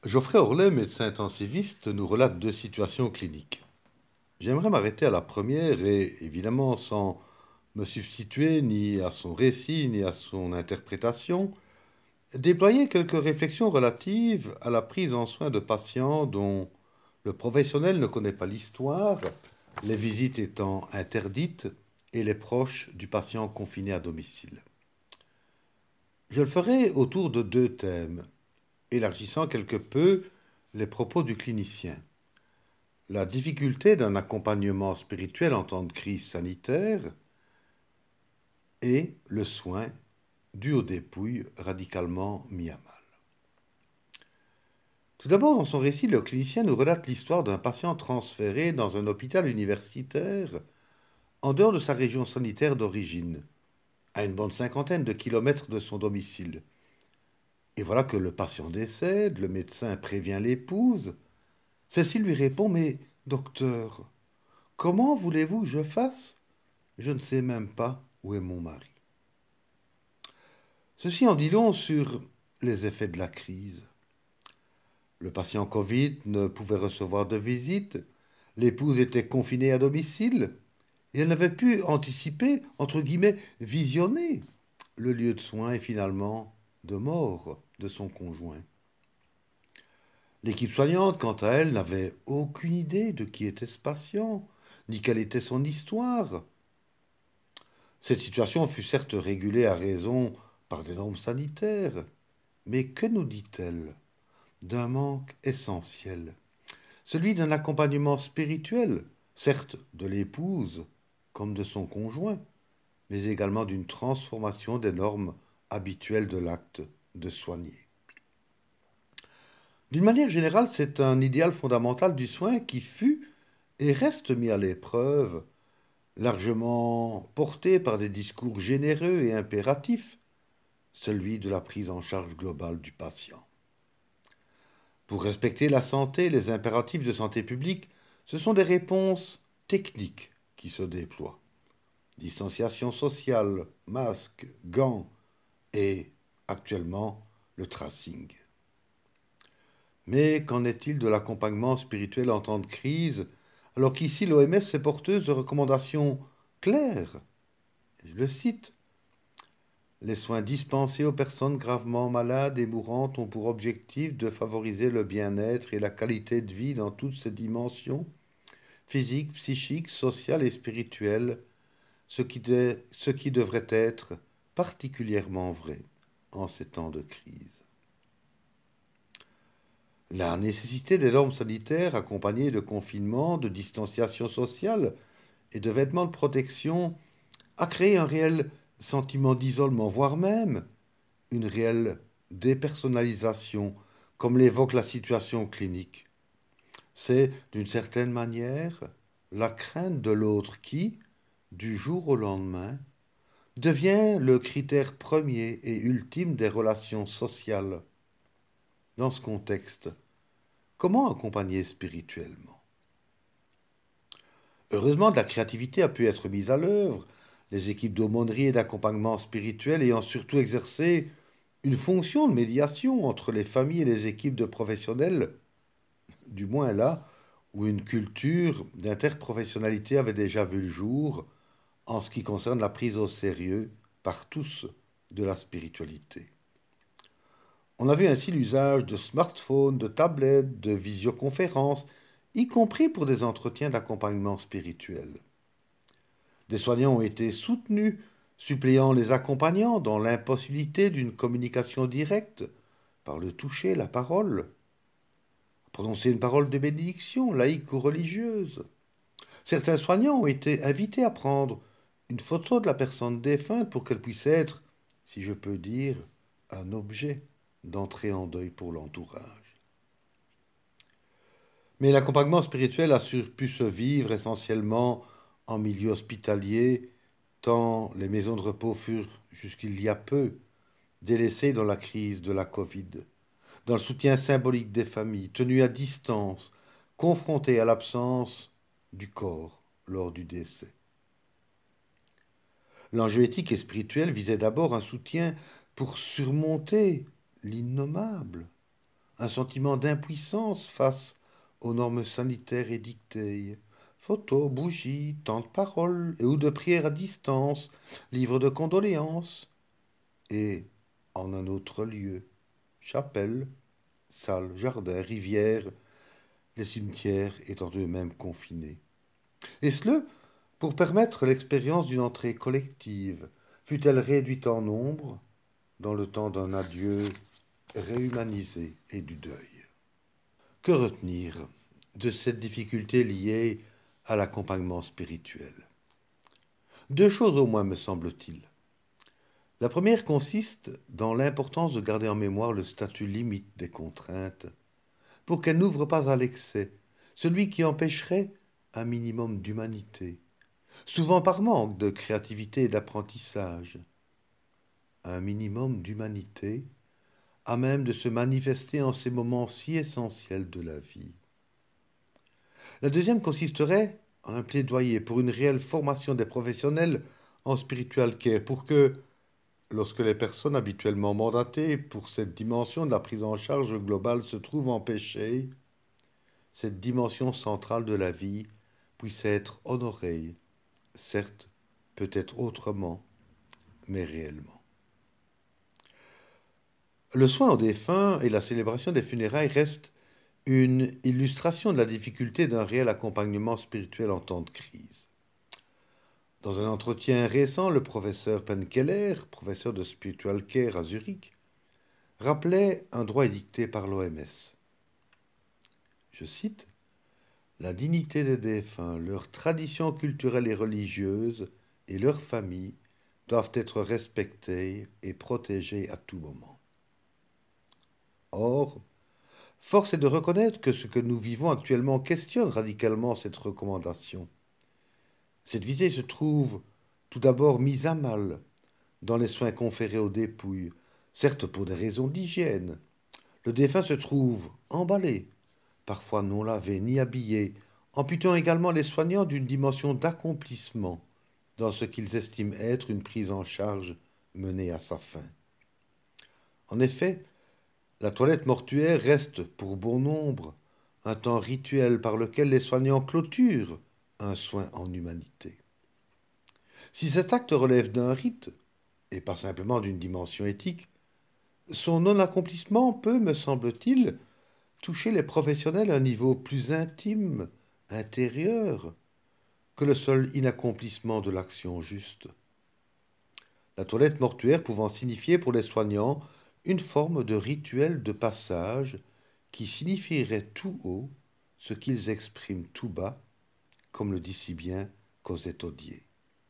Geoffrey Orlet, médecin intensiviste, nous relate deux situations cliniques. J'aimerais m'arrêter à la première et, évidemment, sans me substituer ni à son récit ni à son interprétation, déployer quelques réflexions relatives à la prise en soin de patients dont le professionnel ne connaît pas l'histoire, les visites étant interdites et les proches du patient confinés à domicile. Je le ferai autour de deux thèmes, élargissant quelque peu les propos du clinicien. La difficulté d'un accompagnement spirituel en temps de crise sanitaire et le soin dû aux dépouilles radicalement mis à mal. Tout d'abord, dans son récit, le clinicien nous relate l'histoire d'un patient transféré dans un hôpital universitaire en dehors de sa région sanitaire d'origine, à une bonne cinquantaine de kilomètres de son domicile. Et voilà que le patient décède, le médecin prévient l'épouse. Celle-ci lui répond: Mais, docteur, comment voulez-vous que je fasse? Je ne sais même pas où est mon mari. Ceci en dit long sur les effets de la crise. Le patient Covid ne pouvait recevoir de visite, l'épouse était confinée à domicile, et elle n'avait pu anticiper, entre guillemets, visionner le lieu de soins et finalement de mort de son conjoint. L'équipe soignante, quant à elle, n'avait aucune idée de qui était ce patient, ni quelle était son histoire. Cette situation fut certes régulée à raison par des normes sanitaires, mais que nous dit-elle d'un manque essentiel, celui d'un accompagnement spirituel, certes de l'épouse comme de son conjoint, mais également d'une transformation des normes habituelles de l'acte de soigner. D'une manière générale, c'est un idéal fondamental du soin qui fut et reste mis à l'épreuve, largement porté par des discours généreux et impératifs, celui de la prise en charge globale du patient. Pour respecter la santé, les impératifs de santé publique, ce sont des réponses techniques qui se déploient. Distanciation sociale, masques, gants et, actuellement, le tracing. Mais qu'en est-il de l'accompagnement spirituel en temps de crise, alors qu'ici l'OMS est porteuse de recommandations claires? Je le cite: les soins dispensés aux personnes gravement malades et mourantes ont pour objectif de favoriser le bien-être et la qualité de vie dans toutes ses dimensions, physiques, psychiques, sociales et spirituelles, ce qui devrait être particulièrement vrai en ces temps de crise. La nécessité des normes sanitaires accompagnées de confinement, de distanciation sociale et de vêtements de protection a créé un réel sentiment d'isolement, voire même une réelle dépersonnalisation, comme l'évoque la situation clinique. C'est, d'une certaine manière, la crainte de l'autre qui, du jour au lendemain, devient le critère premier et ultime des relations sociales. Dans ce contexte, comment accompagner spirituellement? Heureusement, de la créativité a pu être mise à l'œuvre, les équipes d'aumônerie et d'accompagnement spirituel ayant surtout exercé une fonction de médiation entre les familles et les équipes de professionnels, du moins là où une culture d'interprofessionnalité avait déjà vu le jour en ce qui concerne la prise au sérieux par tous de la spiritualité. On a vu ainsi l'usage de smartphones, de tablettes, de visioconférences, y compris pour des entretiens d'accompagnement spirituel. Des soignants ont été soutenus, suppléant les accompagnants dans l'impossibilité d'une communication directe par le toucher, la parole. Prononcer une parole de bénédiction, laïque ou religieuse. Certains soignants ont été invités à prendre une photo de la personne défunte pour qu'elle puisse être, si je peux dire, un objet d'entrée en deuil pour l'entourage. Mais l'accompagnement spirituel a pu se vivre essentiellement en milieu hospitalier, tant les maisons de repos furent, jusqu'il y a peu, délaissées dans la crise de la Covid, dans le soutien symbolique des familles, tenues à distance, confrontées à l'absence du corps lors du décès. L'enjeu éthique et spirituel visait d'abord un soutien pour surmonter l'innommable, un sentiment d'impuissance face aux normes sanitaires édictées. Photos, bougies, temps de parole et ou de prières à distance, livres de condoléances. Et en un autre lieu, chapelle, salle, jardin, rivière, les cimetières étant eux-mêmes confinés. Et cela pour permettre l'expérience d'une entrée collective, fût-elle réduite en nombre, dans le temps d'un adieu réhumanisé et du deuil. Que retenir de cette difficulté liée à l'accompagnement spirituel? Deux choses au moins me semble-t-il. La première consiste dans l'importance de garder en mémoire le statut limite des contraintes pour qu'elles n'ouvrent pas à l'excès, celui qui empêcherait un minimum d'humanité, souvent par manque de créativité et d'apprentissage. Un minimum d'humanité à même de se manifester en ces moments si essentiels de la vie. La deuxième consisterait en un plaidoyer pour une réelle formation des professionnels en spiritual care pour que, lorsque les personnes habituellement mandatées pour cette dimension de la prise en charge globale se trouvent empêchées, cette dimension centrale de la vie puisse être honorée, certes, peut-être autrement, mais réellement. Le soin aux défunts et la célébration des funérailles restent une illustration de la difficulté d'un réel accompagnement spirituel en temps de crise. Dans un entretien récent, le professeur Penkeller, professeur de Spiritual Care à Zurich, rappelait un droit édicté par l'OMS. Je cite, la dignité des défunts, leurs traditions culturelles et religieuses et leurs familles doivent être respectées et protégées à tout moment. Or, force est de reconnaître que ce que nous vivons actuellement questionne radicalement cette recommandation. Cette visée se trouve tout d'abord mise à mal dans les soins conférés aux dépouilles, certes pour des raisons d'hygiène. Le défunt se trouve emballé, parfois non lavé ni habillé, amputant également les soignants d'une dimension d'accomplissement dans ce qu'ils estiment être une prise en charge menée à sa fin. En effet, la toilette mortuaire reste, pour bon nombre, un temps rituel par lequel les soignants clôturent un soin en humanité. Si cet acte relève d'un rite, et pas simplement d'une dimension éthique, son non-accomplissement peut, me semble-t-il, toucher les professionnels à un niveau plus intime, intérieur, que le seul inaccomplissement de l'action juste. La toilette mortuaire pouvant signifier pour les soignants une forme de rituel de passage qui signifierait tout haut ce qu'ils expriment tout bas, comme le dit si bien Cosette Audier.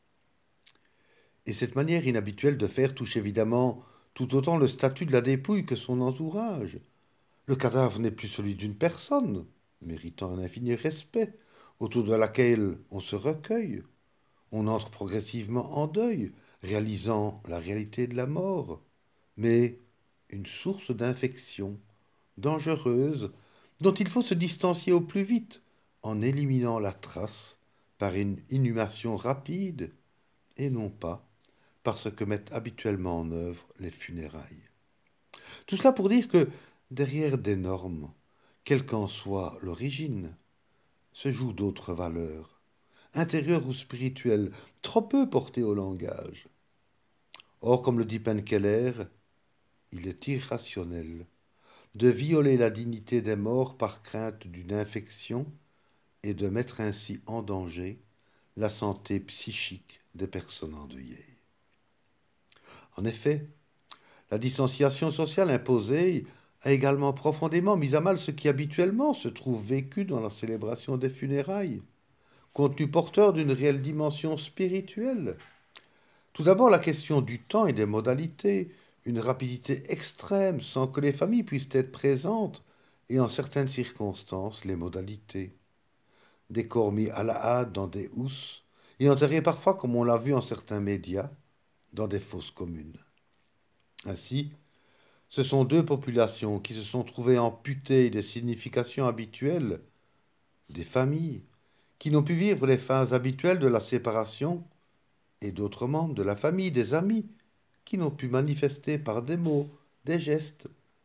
Et cette manière inhabituelle de faire touche évidemment tout autant le statut de la dépouille que son entourage. Le cadavre n'est plus celui d'une personne, méritant un infini respect, autour de laquelle on se recueille. On entre progressivement en deuil, réalisant la réalité de la mort, mais une source d'infection dangereuse dont il faut se distancier au plus vite en éliminant la trace par une inhumation rapide et non pas par ce que mettent habituellement en œuvre les funérailles. Tout cela pour dire que derrière des normes, quelle qu'en soit l'origine, se jouent d'autres valeurs, intérieures ou spirituelles, trop peu portées au langage. Or, comme le dit Penkeller, il est irrationnel de violer la dignité des morts par crainte d'une infection et de mettre ainsi en danger la santé psychique des personnes endeuillées. En effet, la distanciation sociale imposée a également profondément mis à mal ce qui habituellement se trouve vécu dans la célébration des funérailles, contenu porteur d'une réelle dimension spirituelle. Tout d'abord, la question du temps et des modalités, une rapidité extrême sans que les familles puissent être présentes, et en certaines circonstances, les modalités. Des corps mis à la hâte dans des housses, et enterrés parfois, comme on l'a vu en certains médias, dans des fosses communes. Ainsi, ce sont deux populations qui se sont trouvées amputées des significations habituelles, des familles qui n'ont pu vivre les phases habituelles de la séparation, et d'autres membres de la famille, des amis, qui n'ont pu manifester par des mots, des gestes,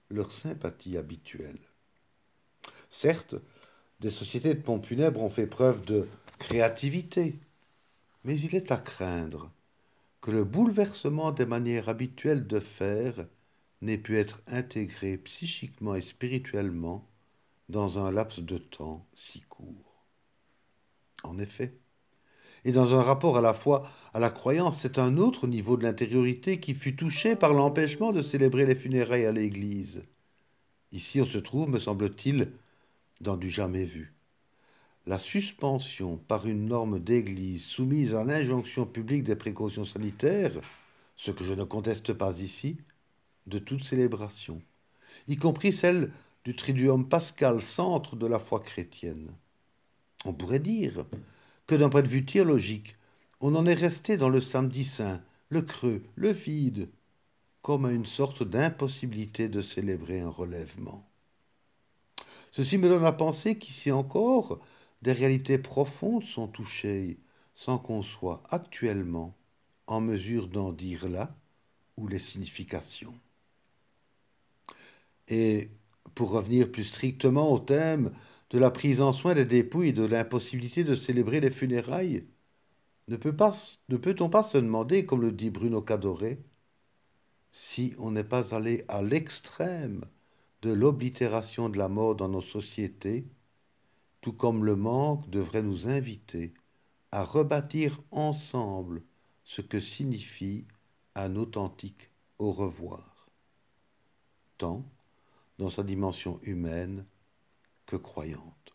leur sympathie habituelle. Certes, des sociétés de pompes funèbres ont fait preuve de créativité, mais il est à craindre que le bouleversement des manières habituelles de faire n'ait pu être intégré psychiquement et spirituellement dans un laps de temps si court. En effet, et dans un rapport à la foi, à la croyance, c'est un autre niveau de l'intériorité qui fut touché par l'empêchement de célébrer les funérailles à l'église. Ici, on se trouve, me semble-t-il, dans du jamais vu. La suspension par une norme d'église soumise à l'injonction publique des précautions sanitaires, ce que je ne conteste pas ici, de toute célébration, y compris celle du Triduum pascal, centre de la foi chrétienne. On pourrait dire que d'un point de vue théologique, on en est resté dans le samedi saint, le creux, le vide, comme à une sorte d'impossibilité de célébrer un relèvement. Ceci me donne à penser qu'ici encore, des réalités profondes sont touchées, sans qu'on soit actuellement en mesure d'en dire là ou les significations. Et pour revenir plus strictement au thème de la prise en soin des dépouilles et de l'impossibilité de célébrer les funérailles, ne peut-on pas se demander, comme le dit Bruno Cadoré, si on n'est pas allé à l'extrême de l'oblitération de la mort dans nos sociétés, tout comme le manque devrait nous inviter à rebâtir ensemble ce que signifie un authentique au revoir, tant dans sa dimension humaine que croyante.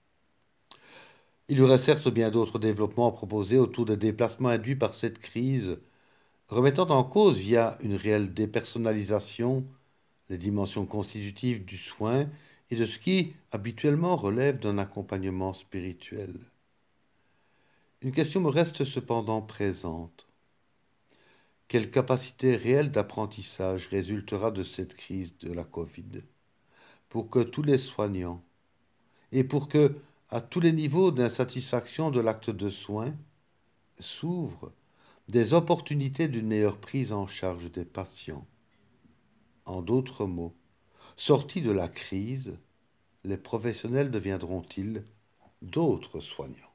Il y aurait certes bien d'autres développements à proposer autour des déplacements induits par cette crise, remettant en cause via une réelle dépersonnalisation les dimensions constitutives du soin et de ce qui habituellement relève d'un accompagnement spirituel. Une question me reste cependant présente. Quelle capacité réelle d'apprentissage résultera de cette crise de la Covid pour que tous les soignants et pour que, à tous les niveaux d'insatisfaction de l'acte de soin, s'ouvrent des opportunités d'une meilleure prise en charge des patients. En d'autres mots, sortis de la crise, les professionnels deviendront-ils d'autres soignants?